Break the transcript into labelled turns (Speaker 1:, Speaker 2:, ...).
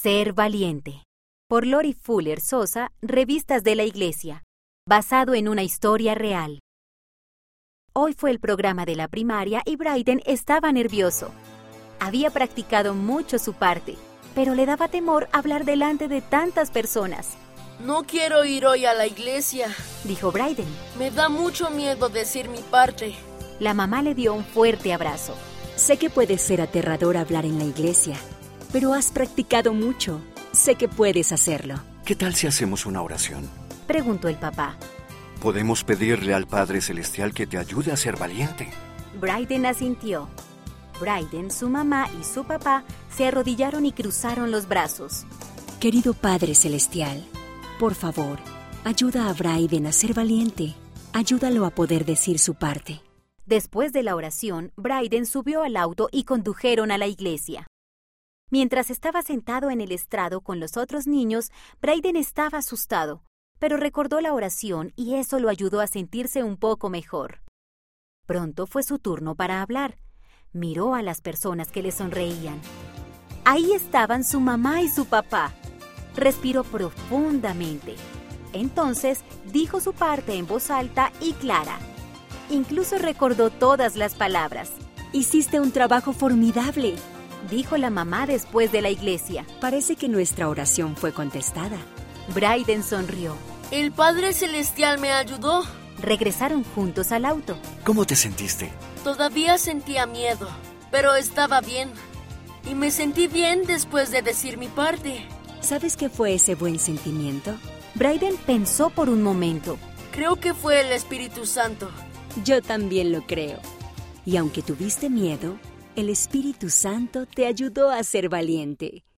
Speaker 1: Ser valiente. Por Lori Fuller Sosa, Revistas de la Iglesia. Basado en una historia real. Hoy fue el programa de la primaria y Bryden estaba nervioso. Había practicado mucho su parte, pero le daba temor hablar delante de tantas personas.
Speaker 2: No quiero ir hoy a la iglesia,
Speaker 1: dijo Bryden.
Speaker 2: Me da mucho miedo decir mi parte.
Speaker 1: La mamá le dio un fuerte abrazo.
Speaker 3: Sé que puede ser aterrador hablar en la iglesia, pero has practicado mucho. Sé que puedes hacerlo.
Speaker 4: ¿Qué tal si hacemos una oración?
Speaker 1: Preguntó el papá.
Speaker 4: Podemos pedirle al Padre Celestial que te ayude a ser valiente.
Speaker 1: Bryden asintió. Bryden, su mamá y su papá se arrodillaron y cruzaron los brazos.
Speaker 3: Querido Padre Celestial, por favor, ayuda a Bryden a ser valiente. Ayúdalo a poder decir su parte.
Speaker 1: Después de la oración, Bryden subió al auto y condujeron a la iglesia. Mientras estaba sentado en el estrado con los otros niños, Bryden estaba asustado, pero recordó la oración y eso lo ayudó a sentirse un poco mejor. Pronto fue su turno para hablar. Miró a las personas que le sonreían. Ahí estaban su mamá y su papá. Respiró profundamente. Entonces dijo su parte en voz alta y clara. Incluso recordó todas las palabras.
Speaker 3: Hiciste un trabajo formidable,
Speaker 1: dijo la mamá después de la iglesia.
Speaker 3: Parece que nuestra oración fue contestada.
Speaker 1: Bryden sonrió.
Speaker 2: El Padre Celestial me ayudó.
Speaker 1: Regresaron juntos al auto.
Speaker 4: ¿Cómo te sentiste?
Speaker 2: Todavía sentía miedo, pero estaba bien. Y me sentí bien después de decir mi parte.
Speaker 3: ¿Sabes qué fue ese buen sentimiento?
Speaker 1: Bryden pensó por un momento.
Speaker 2: Creo que fue el Espíritu Santo.
Speaker 3: Yo también lo creo. Y aunque tuviste miedo, el Espíritu Santo te ayudó a ser valiente.